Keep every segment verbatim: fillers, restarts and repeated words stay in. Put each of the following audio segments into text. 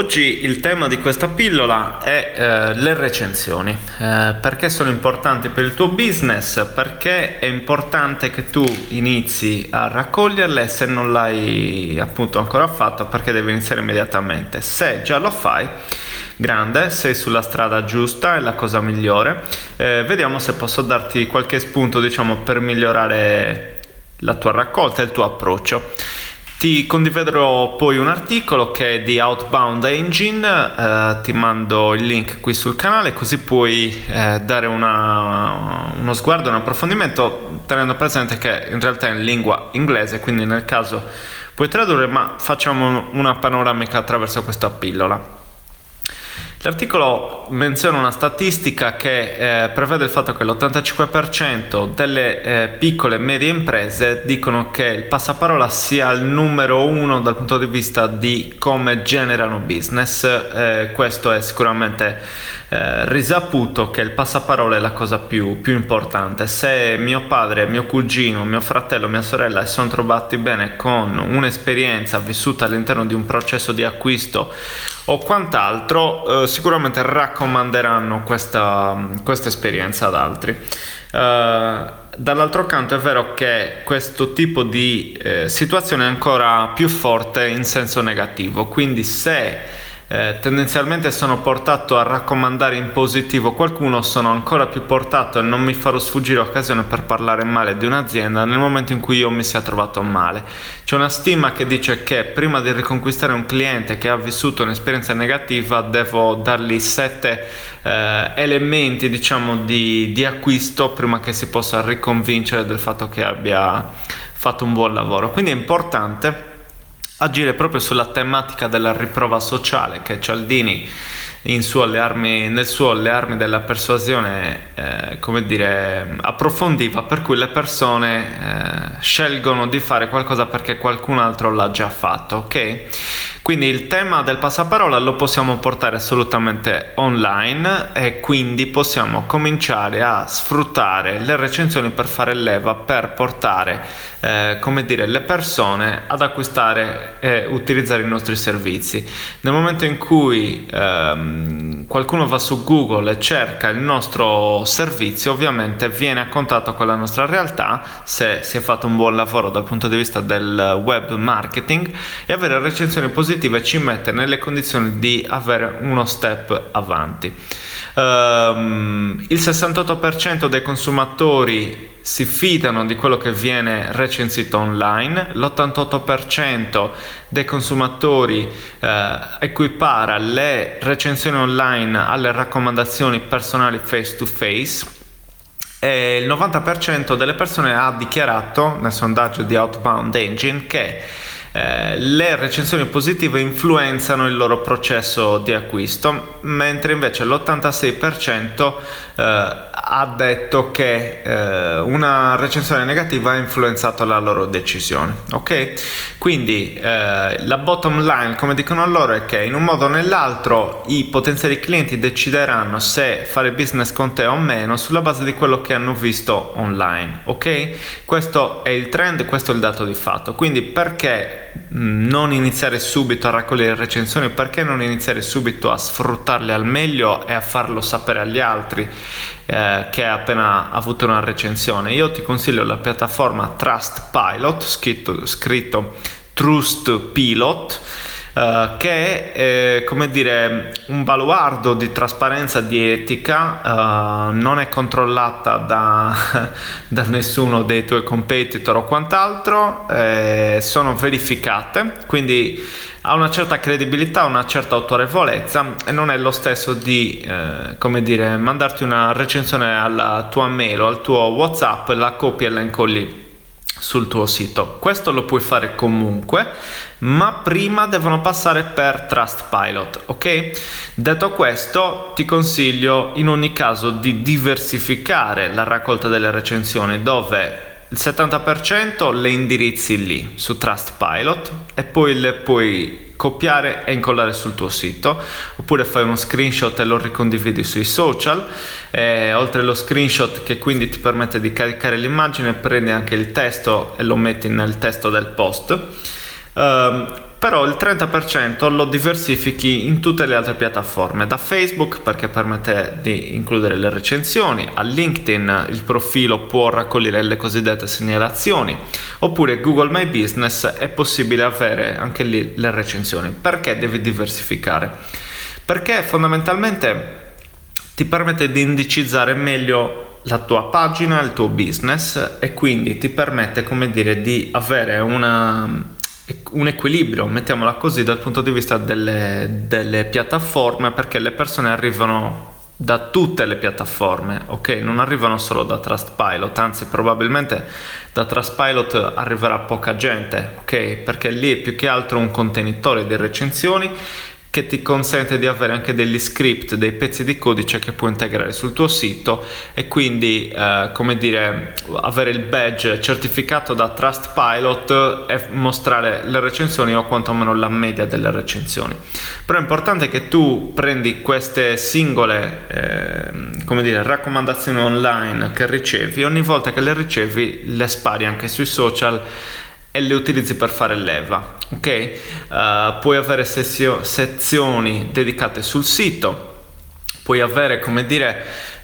Oggi il tema di questa pillola è eh, le recensioni. Eh, perché sono importanti per il tuo business? Perché è importante che tu inizi a raccoglierle, se non l'hai appunto ancora fatto, perché devi iniziare immediatamente. Se già lo fai, grande, sei sulla strada giusta, è la cosa migliore. Eh, vediamo se posso darti qualche spunto, diciamo, per migliorare la tua raccolta e il tuo approccio. Ti condividerò poi un articolo che è di Outbound Engine, eh, ti mando il link qui sul canale, così puoi eh, dare una, uno sguardo, un approfondimento, tenendo presente che in realtà è in lingua inglese, quindi nel caso puoi tradurre, ma facciamo una panoramica attraverso questa pillola. L'articolo menziona una statistica che eh, prevede il fatto che l'ottantacinque per cento delle eh, piccole e medie imprese dicono che il passaparola sia il numero uno dal punto di vista di come generano business. Eh, questo è sicuramente eh, risaputo che il passaparola è la cosa più, più importante. Se mio padre, mio cugino, mio fratello, mia sorella si sono trovati bene con un'esperienza vissuta all'interno di un processo di acquisto o quant'altro, eh, sicuramente raccomanderanno questa, questa esperienza ad altri. Uh, dall'altro canto è vero che questo tipo di eh, situazione è ancora più forte in senso negativo, quindi se Eh, tendenzialmente sono portato a raccomandare in positivo qualcuno, sono ancora più portato e non mi farò sfuggire occasione per parlare male di un'azienda nel momento in cui io mi sia trovato male. C'è una stima che dice che prima di riconquistare un cliente che ha vissuto un'esperienza negativa devo dargli sette eh, elementi, diciamo, di, di acquisto prima che si possa riconvincere del fatto che abbia fatto un buon lavoro. Quindi è importante agire proprio sulla tematica della riprova sociale che Cialdini in suo le armi, nel suo Le armi della persuasione eh, come dire approfondiva, per cui le persone eh, scelgono di fare qualcosa perché qualcun altro l'ha già fatto, ok? Quindi il tema del passaparola lo possiamo portare assolutamente online e quindi possiamo cominciare a sfruttare le recensioni per fare leva, per portare eh, come dire le persone ad acquistare e utilizzare i nostri servizi. Nel momento in cui ehm, qualcuno va su Google e cerca il nostro servizio, ovviamente viene a contatto con la nostra realtà, se si è fatto un buon lavoro dal punto di vista del web marketing, e avere recensioni positive ci mette nelle condizioni di avere uno step avanti. Um, il sessantotto per cento dei consumatori si fidano di quello che viene recensito online, l'ottantotto per cento dei consumatori eh, equipara le recensioni online alle raccomandazioni personali face to face, e il novanta per cento delle persone ha dichiarato nel sondaggio di Outbound Engine che Eh, le recensioni positive influenzano il loro processo di acquisto, mentre invece l'ottantasei per cento eh, ha detto che eh, una recensione negativa ha influenzato la loro decisione, ok? Quindi eh, la bottom line, come dicono loro, è che in un modo o nell'altro i potenziali clienti decideranno se fare business con te o meno sulla base di quello che hanno visto online, ok? Questo è il trend, questo è il dato di fatto. Quindi perché non iniziare subito a raccogliere recensioni? Perché non iniziare subito a sfruttarle al meglio e a farlo sapere agli altri eh, che hai appena avuto una recensione? Io ti consiglio la piattaforma Trustpilot, scritto, scritto Trustpilot, Uh, che è eh, come dire un baluardo di trasparenza, di etica, uh, non è controllata da, da nessuno dei tuoi competitor o quant'altro, eh, sono verificate, quindi ha una certa credibilità, una certa autorevolezza, e non è lo stesso di eh, come dire mandarti una recensione alla tua mail o al tuo WhatsApp, la copi e la incolli sul tuo sito. Questo lo puoi fare comunque, ma prima devono passare per Trustpilot, ok? Detto questo, ti consiglio in ogni caso di diversificare la raccolta delle recensioni, dove il settanta per cento le indirizzi lì su Trustpilot e poi le puoi copiare e incollare sul tuo sito, oppure fai uno screenshot e lo ricondividi sui social. E oltre allo screenshot, che quindi ti permette di caricare l'immagine, prendi anche il testo e lo metti nel testo del post. Um, però il trenta per cento lo diversifichi in tutte le altre piattaforme, da Facebook perché permette di includere le recensioni, a LinkedIn il profilo può raccogliere le cosiddette segnalazioni, oppure Google My Business è possibile avere anche lì le recensioni. Perché devi diversificare? Perché fondamentalmente ti permette di indicizzare meglio la tua pagina, il tuo business, e quindi ti permette, come dire, di avere una un equilibrio, mettiamola così, dal punto di vista delle, delle piattaforme, perché le persone arrivano da tutte le piattaforme, ok? Non arrivano solo da Trustpilot, anzi probabilmente da Trustpilot arriverà poca gente, ok? Perché lì è più che altro un contenitore di recensioni che ti consente di avere anche degli script, dei pezzi di codice che puoi integrare sul tuo sito, e quindi eh, come dire, avere il badge certificato da Trustpilot e mostrare le recensioni o quantomeno la media delle recensioni. Però è importante che tu prendi queste singole eh, come dire, raccomandazioni online che ricevi, ogni volta che le ricevi le spari anche sui social e le utilizzi per fare leva, ok? Uh, puoi avere sessio- sezioni dedicate sul sito, puoi avere, come dire,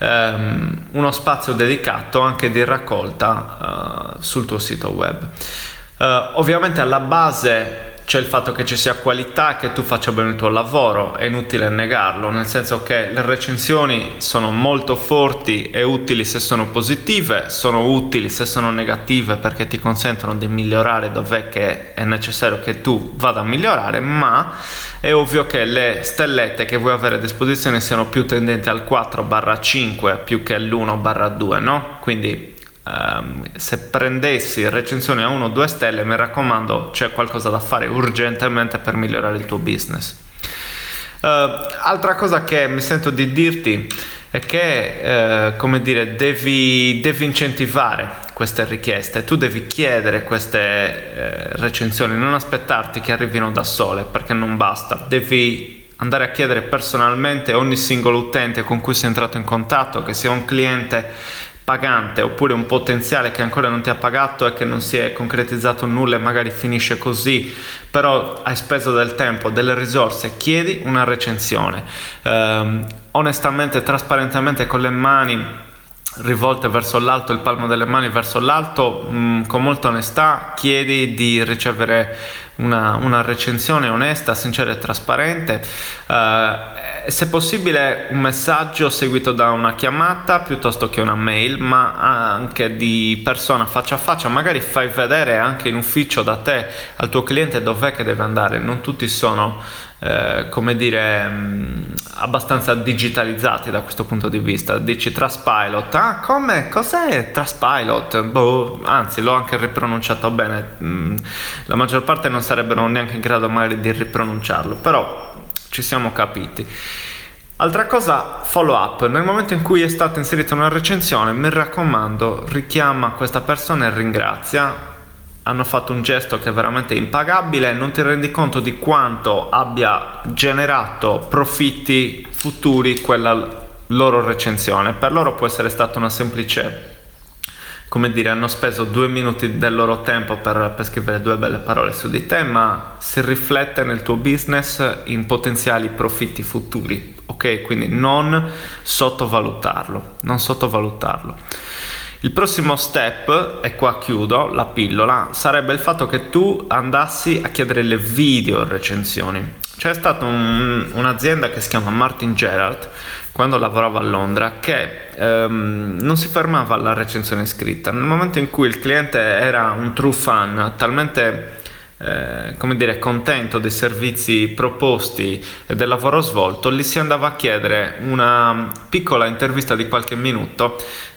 um, uno spazio dedicato anche di raccolta uh, sul tuo sito web. Uh, ovviamente alla base c'è il fatto che ci sia qualità, che tu faccia bene il tuo lavoro, è inutile negarlo, nel senso che le recensioni sono molto forti e utili se sono positive, sono utili se sono negative perché ti consentono di migliorare dov'è che è necessario che tu vada a migliorare, ma è ovvio che le stellette che vuoi avere a disposizione siano più tendenti al quattro barra cinque più che all'uno barra due, no? Quindi Um, se prendessi recensioni a uno o due stelle, mi raccomando, c'è qualcosa da fare urgentemente per migliorare il tuo business. Uh, altra cosa che mi sento di dirti è che uh, come dire, devi, devi incentivare queste richieste, tu devi chiedere queste uh, recensioni, non aspettarti che arrivino da sole, perché non basta, devi andare a chiedere personalmente a ogni singolo utente con cui sei entrato in contatto, che sia un cliente pagante oppure un potenziale che ancora non ti ha pagato e che non si è concretizzato nulla e magari finisce così, però hai speso del tempo, delle risorse, chiedi una recensione um, onestamente, trasparentemente, con le mani rivolte verso l'alto, il palmo delle mani verso l'alto, mh, con molta onestà chiedi di ricevere una, una recensione onesta, sincera e trasparente, uh, se possibile un messaggio seguito da una chiamata piuttosto che una mail, ma anche di persona, faccia a faccia, magari fai vedere anche in ufficio da te al tuo cliente dov'è che deve andare. Non tutti sono eh, come dire mh, abbastanza digitalizzati da questo punto di vista. Dici Trustpilot, ah come? Cos'è Trustpilot? Boh, anzi l'ho anche ripronunciato bene, mh, la maggior parte non sarebbero neanche in grado magari di ripronunciarlo, però ci siamo capiti. Altra cosa, follow up. Nel momento in cui è stata inserita una recensione, mi raccomando, richiama questa persona e ringrazia. Hanno fatto un gesto che è veramente impagabile, non ti rendi conto di quanto abbia generato profitti futuri quella loro recensione. Per loro può essere stata una semplice, come dire, hanno speso due minuti del loro tempo per, per scrivere due belle parole su di te, ma si riflette nel tuo business in potenziali profitti futuri, ok? Quindi non sottovalutarlo, non sottovalutarlo. Il prossimo step, e qua chiudo la pillola, sarebbe il fatto che tu andassi a chiedere le video recensioni. C'è stata un, un'azienda che si chiama Martin Gerald, quando lavoravo a Londra, che ehm, non si fermava alla recensione scritta. Nel momento in cui il cliente era un true fan, talmente eh, come dire, contento dei servizi proposti e del lavoro svolto, gli si andava a chiedere una piccola intervista di qualche minuto,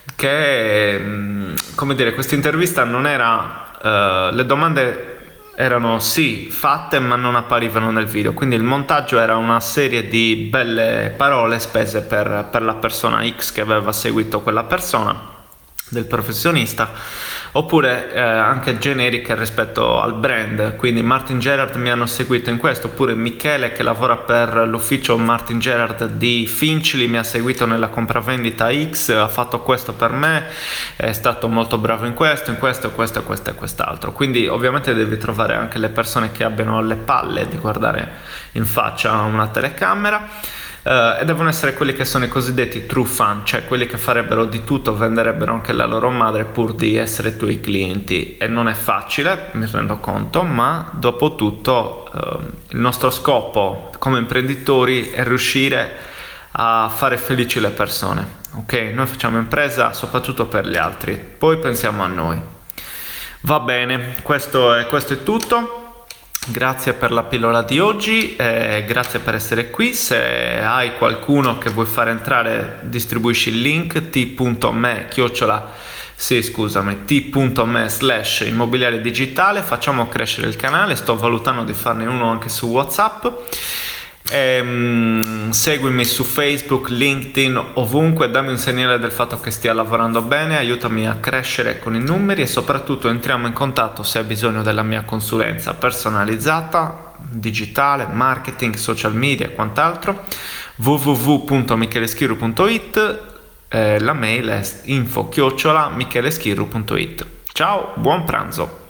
che, come dire, questa intervista non era, eh, le domande erano sì fatte ma non apparivano nel video, quindi il montaggio era una serie di belle parole spese per, per la persona X che aveva seguito quella persona, del professionista, oppure eh, anche generiche rispetto al brand, quindi Martin Gerard mi hanno seguito in questo, oppure Michele che lavora per l'ufficio Martin Gerard di Finchley mi ha seguito nella compravendita X, ha fatto questo per me, è stato molto bravo in questo, in questo, questo, questo e quest'altro. Quindi ovviamente devi trovare anche le persone che abbiano le palle di guardare in faccia una telecamera. Uh, e devono essere quelli che sono i cosiddetti true fan, cioè quelli che farebbero di tutto, venderebbero anche la loro madre pur di essere tuoi clienti. E non è facile, mi rendo conto, ma dopo tutto uh, il nostro scopo come imprenditori è riuscire a fare felici le persone, ok? Noi facciamo impresa soprattutto per gli altri, poi pensiamo a noi. Va bene, questo è, questo è tutto. Grazie per la pillola di oggi, eh, grazie per essere qui. Se hai qualcuno che vuoi fare entrare, distribuisci il link t.me chiocciola sì scusami t.me slash immobiliare digitale, facciamo crescere il canale, sto valutando di farne uno anche su WhatsApp. Ehm, seguimi su Facebook, LinkedIn, ovunque, dammi un segnale del fatto che stia lavorando bene, aiutami a crescere con i numeri e soprattutto entriamo in contatto se hai bisogno della mia consulenza personalizzata, digitale, marketing, social media e quant'altro. w w w punto micheleschirru punto it, eh, la mail è info chiocciola micheleschirru punto it. Ciao, buon pranzo!